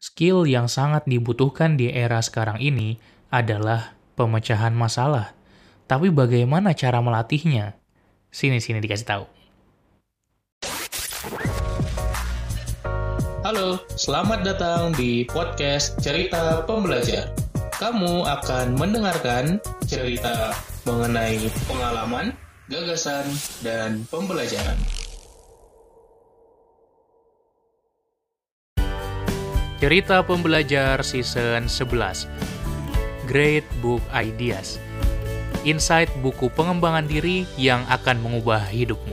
Skill yang sangat dibutuhkan di era sekarang ini adalah pemecahan masalah. Tapi bagaimana cara melatihnya? Sini dikasih tahu. Halo, selamat datang di podcast Cerita Pembelajar. Kamu akan mendengarkan cerita mengenai pengalaman, gagasan, dan pembelajaran. Cerita Pembelajar Season 11. Great Book Ideas. Insight buku pengembangan diri yang akan mengubah hidupmu.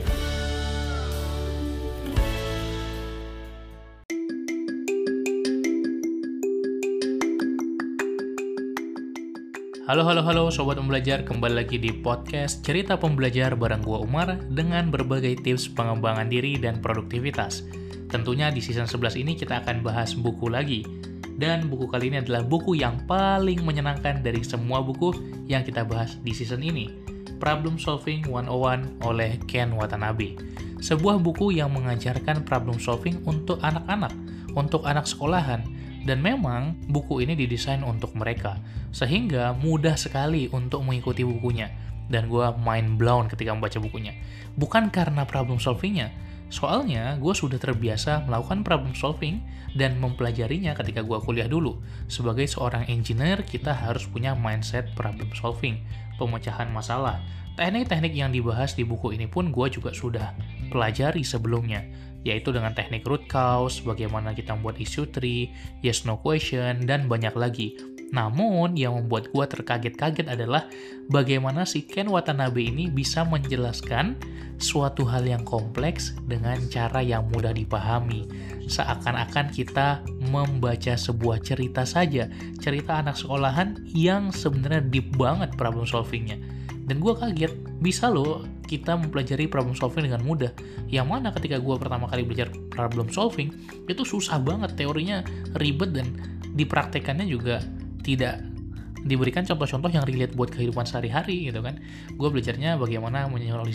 Halo Sobat Pembelajar, kembali lagi di podcast Cerita Pembelajar bareng gua Umar dengan berbagai tips pengembangan diri dan produktivitas. Tentunya di season 11 ini kita akan bahas buku lagi. Dan buku kali ini adalah buku yang paling menyenangkan dari semua buku yang kita bahas di season ini. Problem Solving 101 oleh Ken Watanabe. Sebuah buku yang mengajarkan problem solving untuk anak-anak, untuk anak sekolahan. Dan memang buku ini didesain untuk mereka, sehingga mudah sekali untuk mengikuti bukunya. Dan gue mind blown ketika membaca bukunya. Bukan karena problem solvingnya, soalnya gue sudah terbiasa melakukan problem solving dan mempelajarinya ketika gue kuliah dulu. Sebagai seorang engineer, kita harus punya mindset problem solving, pemecahan masalah. Teknik-teknik yang dibahas di buku ini pun gue juga sudah pelajari sebelumnya, yaitu dengan teknik root cause, bagaimana kita membuat issue tree, yes no question, dan banyak lagi. Namun, yang membuat gue terkaget-kaget adalah bagaimana si Ken Watanabe ini bisa menjelaskan suatu hal yang kompleks dengan cara yang mudah dipahami. Seakan-akan kita membaca sebuah cerita saja, cerita anak sekolahan yang sebenarnya deep banget problem solvingnya. Dan gue kaget, bisa loh kita mempelajari problem solving dengan mudah. Yang mana ketika gue pertama kali belajar problem solving, itu susah banget, teorinya ribet dan dipraktekannya juga tidak diberikan contoh-contoh yang relate buat kehidupan sehari-hari gitu kan. Gue belajarnya bagaimana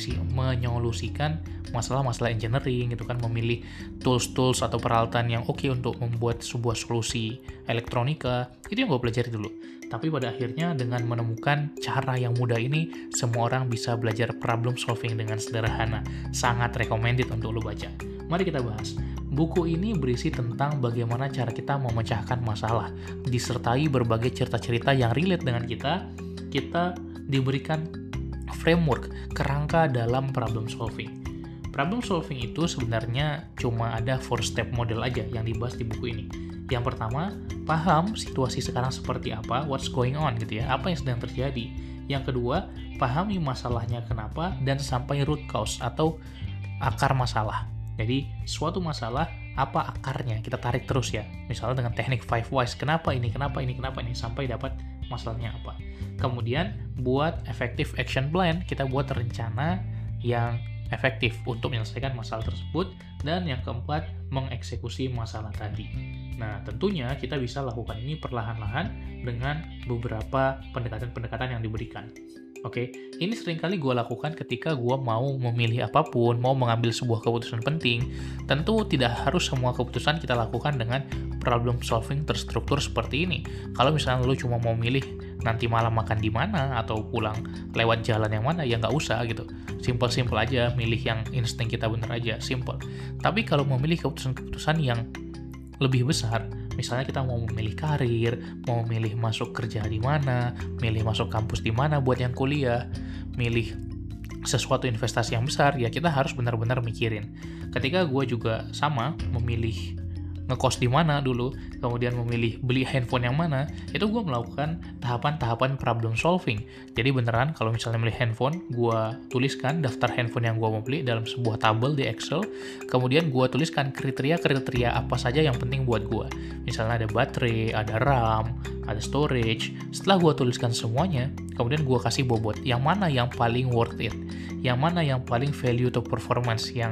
menyolusikan masalah-masalah engineering gitu kan, memilih tools-tools atau peralatan yang oke untuk membuat sebuah solusi elektronika. Itu yang gue pelajari dulu. Tapi pada akhirnya dengan menemukan cara yang mudah ini, semua orang bisa belajar problem solving dengan sederhana. Sangat recommended untuk lo baca. Mari kita bahas. Buku ini berisi tentang bagaimana cara kita memecahkan masalah, disertai berbagai cerita-cerita yang relate dengan kita diberikan framework, kerangka dalam problem solving. Problem solving itu sebenarnya cuma ada 4-step model aja yang dibahas di buku ini. Yang pertama, paham situasi sekarang seperti apa, what's going on gitu ya, apa yang sedang terjadi. Yang kedua, pahami masalahnya kenapa dan sampai root cause atau akar masalah. Jadi, suatu masalah, apa akarnya? Kita tarik terus ya. Misalnya dengan teknik 5 whys, kenapa ini, sampai dapat masalahnya apa. Kemudian, buat effective action plan, kita buat rencana yang efektif untuk menyelesaikan masalah tersebut. Dan yang keempat, mengeksekusi masalah tadi. Nah, tentunya kita bisa lakukan ini perlahan-lahan dengan beberapa pendekatan-pendekatan yang diberikan. Oke, ini seringkali gue lakukan ketika gue mau memilih apapun, mau mengambil sebuah keputusan penting. Tentu tidak harus semua keputusan kita lakukan dengan problem solving terstruktur seperti ini. Kalau misalnya lu cuma mau milih nanti malam makan di mana atau pulang lewat jalan yang mana, ya nggak usah gitu. Simple-simple aja, milih yang insting kita bener aja, simple. Tapi kalau memilih keputusan-keputusan yang lebih besar, misalnya kita mau memilih karir, mau memilih masuk kerja di mana, milih masuk kampus di mana buat yang kuliah, milih sesuatu investasi yang besar, ya kita harus benar-benar mikirin. Ketika gue juga sama, memilih ngekos di mana dulu, kemudian memilih beli handphone yang mana, itu gue melakukan tahapan-tahapan problem solving. Jadi beneran kalau misalnya beli handphone, gue tuliskan daftar handphone yang gue mau beli dalam sebuah tabel di Excel, kemudian gue tuliskan kriteria-kriteria apa saja yang penting buat gue. Misalnya ada baterai, ada RAM, ada storage. Setelah gue tuliskan semuanya, kemudian gue kasih bobot, yang mana yang paling worth it, yang mana yang paling value to performance, yang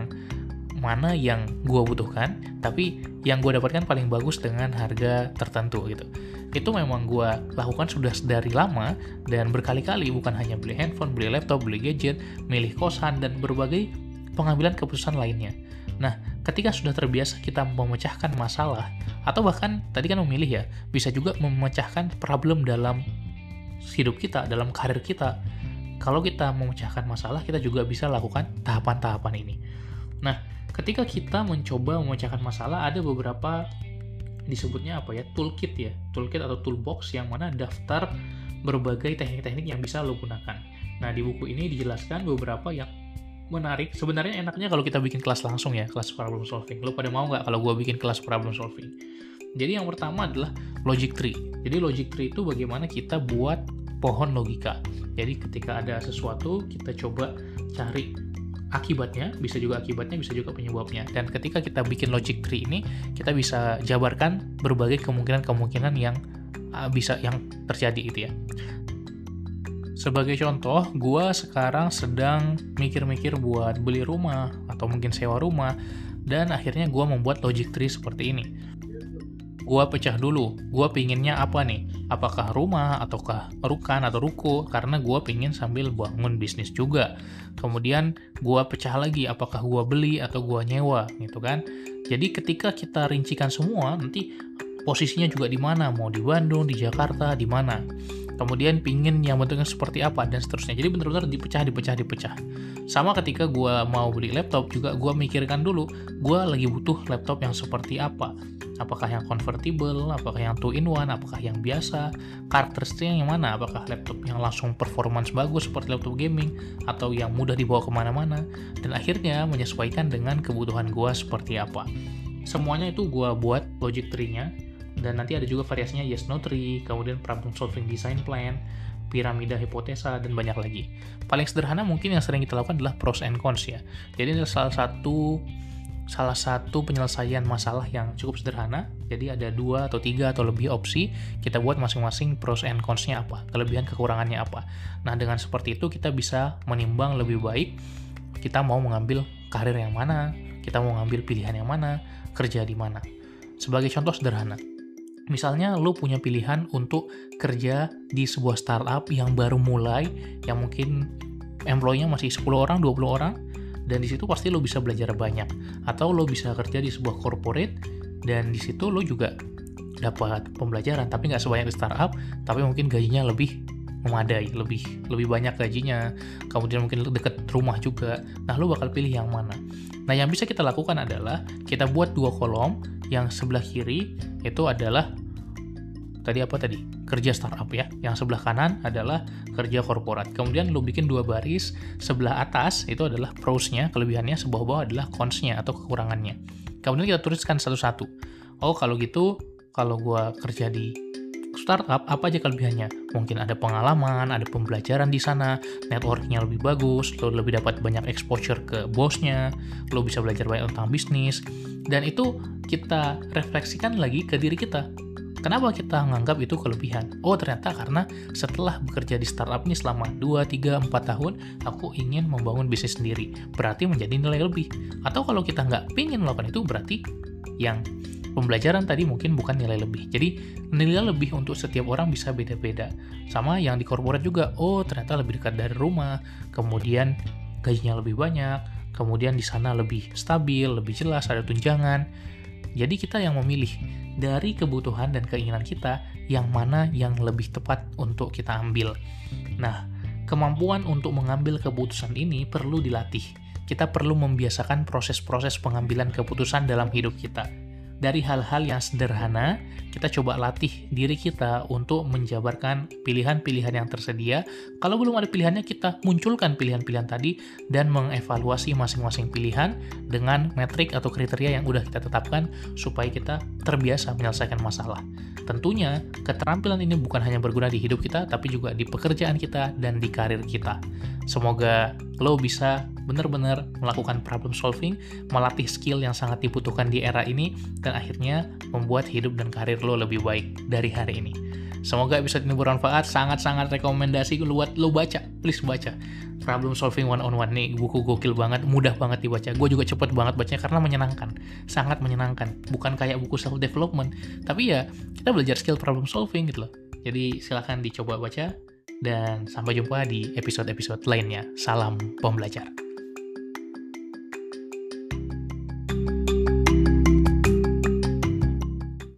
mana yang gue butuhkan, tapi yang gue dapatkan paling bagus dengan harga tertentu gitu. Itu memang gue lakukan sudah dari lama dan berkali-kali, bukan hanya beli handphone, beli laptop, beli gadget, milih kosan, dan berbagai pengambilan keputusan lainnya. Nah, ketika sudah terbiasa kita memecahkan masalah, atau bahkan tadi kan memilih ya, bisa juga memecahkan problem dalam hidup kita, dalam karir kita. Kalau kita memecahkan masalah, kita juga bisa lakukan tahapan-tahapan ini. Nah, ketika kita mencoba memecahkan masalah, ada beberapa disebutnya toolkit ya, toolkit atau toolbox yang mana daftar berbagai teknik-teknik yang bisa lo gunakan. Nah, di buku ini dijelaskan beberapa yang menarik. Sebenarnya enaknya kalau kita bikin kelas langsung ya, kelas problem solving. Lo pada mau nggak kalau gue bikin kelas problem solving? Jadi yang pertama adalah logic tree. Jadi logic tree itu bagaimana kita buat pohon logika. Jadi ketika ada sesuatu, kita coba cari akibatnya, bisa juga penyebabnya. Dan ketika kita bikin logic tree ini, kita bisa jabarkan berbagai kemungkinan-kemungkinan yang terjadi gitu ya. Sebagai contoh, gue sekarang sedang mikir-mikir buat beli rumah atau mungkin sewa rumah, dan akhirnya gue membuat logic tree seperti ini. Gue pecah dulu, gue pinginnya apa nih? Apakah rumah, ataukah rukan atau ruko? Karena gue pingin sambil bangun bisnis juga. Kemudian gue pecah lagi, apakah gue beli atau gue nyewa, gitu kan? Jadi ketika kita rincikan semua, nanti posisinya juga di mana? Mau di Bandung, di Jakarta, di mana? Kemudian pingin yang bentuknya seperti apa, dan seterusnya. Jadi benar-benar dipecah. Sama ketika gue mau beli laptop juga, gue mikirkan dulu, gue lagi butuh laptop yang seperti apa. Apakah yang convertible, apakah yang 2-in-1, apakah yang biasa, karakteristiknya yang mana, apakah laptop yang langsung performance bagus seperti laptop gaming, atau yang mudah dibawa kemana-mana, dan akhirnya menyesuaikan dengan kebutuhan gue seperti apa. Semuanya itu gue buat logic tree-nya, dan nanti ada juga variasinya yes no tree, kemudian problem solving design plan, piramida hipotesa, dan banyak lagi. Paling sederhana mungkin yang sering kita lakukan adalah pros and cons ya. Jadi ini salah satu penyelesaian masalah yang cukup sederhana. Jadi ada 2 atau 3 atau lebih opsi, kita buat masing-masing pros and cons-nya apa, kelebihan kekurangannya apa. Nah, dengan seperti itu kita bisa menimbang lebih baik kita mau mengambil karir yang mana, kita mau mengambil pilihan yang mana, kerja di mana. Sebagai contoh sederhana, misalnya lo punya pilihan untuk kerja di sebuah startup yang baru mulai, yang mungkin employee-nya masih 10 orang, 20 orang, dan di situ pasti lo bisa belajar banyak. Atau lo bisa kerja di sebuah corporate, dan di situ lo juga dapat pembelajaran, tapi nggak sebanyak di startup, tapi mungkin gajinya lebih memadai, lebih banyak gajinya, kemudian mungkin deket rumah juga. Nah, lo bakal pilih yang mana? Nah, yang bisa kita lakukan adalah kita buat 2 kolom. Yang sebelah kiri itu adalah kerja startup ya. Yang sebelah kanan adalah kerja korporat. Kemudian lo bikin 2 baris. Sebelah atas itu adalah pros-nya, kelebihannya, sebelah bawah adalah cons-nya atau kekurangannya. Kemudian kita tuliskan satu-satu. Oh, kalau gitu, kalau gue kerja di startup, apa aja kelebihannya? Mungkin ada pengalaman, ada pembelajaran di sana, networknya lebih bagus, lo lebih dapat banyak exposure ke bosnya, lo bisa belajar banyak tentang bisnis, dan itu kita refleksikan lagi ke diri kita. Kenapa kita menganggap itu kelebihan? Oh, ternyata karena setelah bekerja di startup ini selama 2, 3, 4 tahun, aku ingin membangun bisnis sendiri. Berarti menjadi nilai lebih. Atau kalau kita nggak ingin melakukan itu, berarti yang pembelajaran tadi mungkin bukan nilai lebih. Jadi, nilai lebih untuk setiap orang bisa beda-beda. Sama yang di corporate juga, oh ternyata lebih dekat dari rumah, kemudian gajinya lebih banyak, kemudian di sana lebih stabil, lebih jelas, ada tunjangan. Jadi kita yang memilih dari kebutuhan dan keinginan kita yang mana yang lebih tepat untuk kita ambil. Nah, kemampuan untuk mengambil keputusan ini perlu dilatih. Kita perlu membiasakan proses-proses pengambilan keputusan dalam hidup kita. Dari hal-hal yang sederhana, kita coba latih diri kita untuk menjabarkan pilihan-pilihan yang tersedia. Kalau belum ada pilihannya, kita munculkan pilihan-pilihan tadi dan mengevaluasi masing-masing pilihan dengan metrik atau kriteria yang udah kita tetapkan supaya kita terbiasa menyelesaikan masalah. Tentunya, keterampilan ini bukan hanya berguna di hidup kita, tapi juga di pekerjaan kita dan di karir kita. Semoga lo bisa benar-benar melakukan problem solving, melatih skill yang sangat dibutuhkan di era ini, dan akhirnya membuat hidup dan karir lo lebih baik dari hari ini. Semoga episode ini bermanfaat, sangat-sangat rekomendasi buat lo baca, please baca. Problem Solving 101 nih, buku gokil banget, mudah banget dibaca. Gue juga cepet banget bacanya karena menyenangkan, sangat menyenangkan. Bukan kayak buku self-development, tapi ya kita belajar skill problem solving gitu loh. Jadi silahkan dicoba baca, dan sampai jumpa di episode-episode lainnya. Salam pembelajar.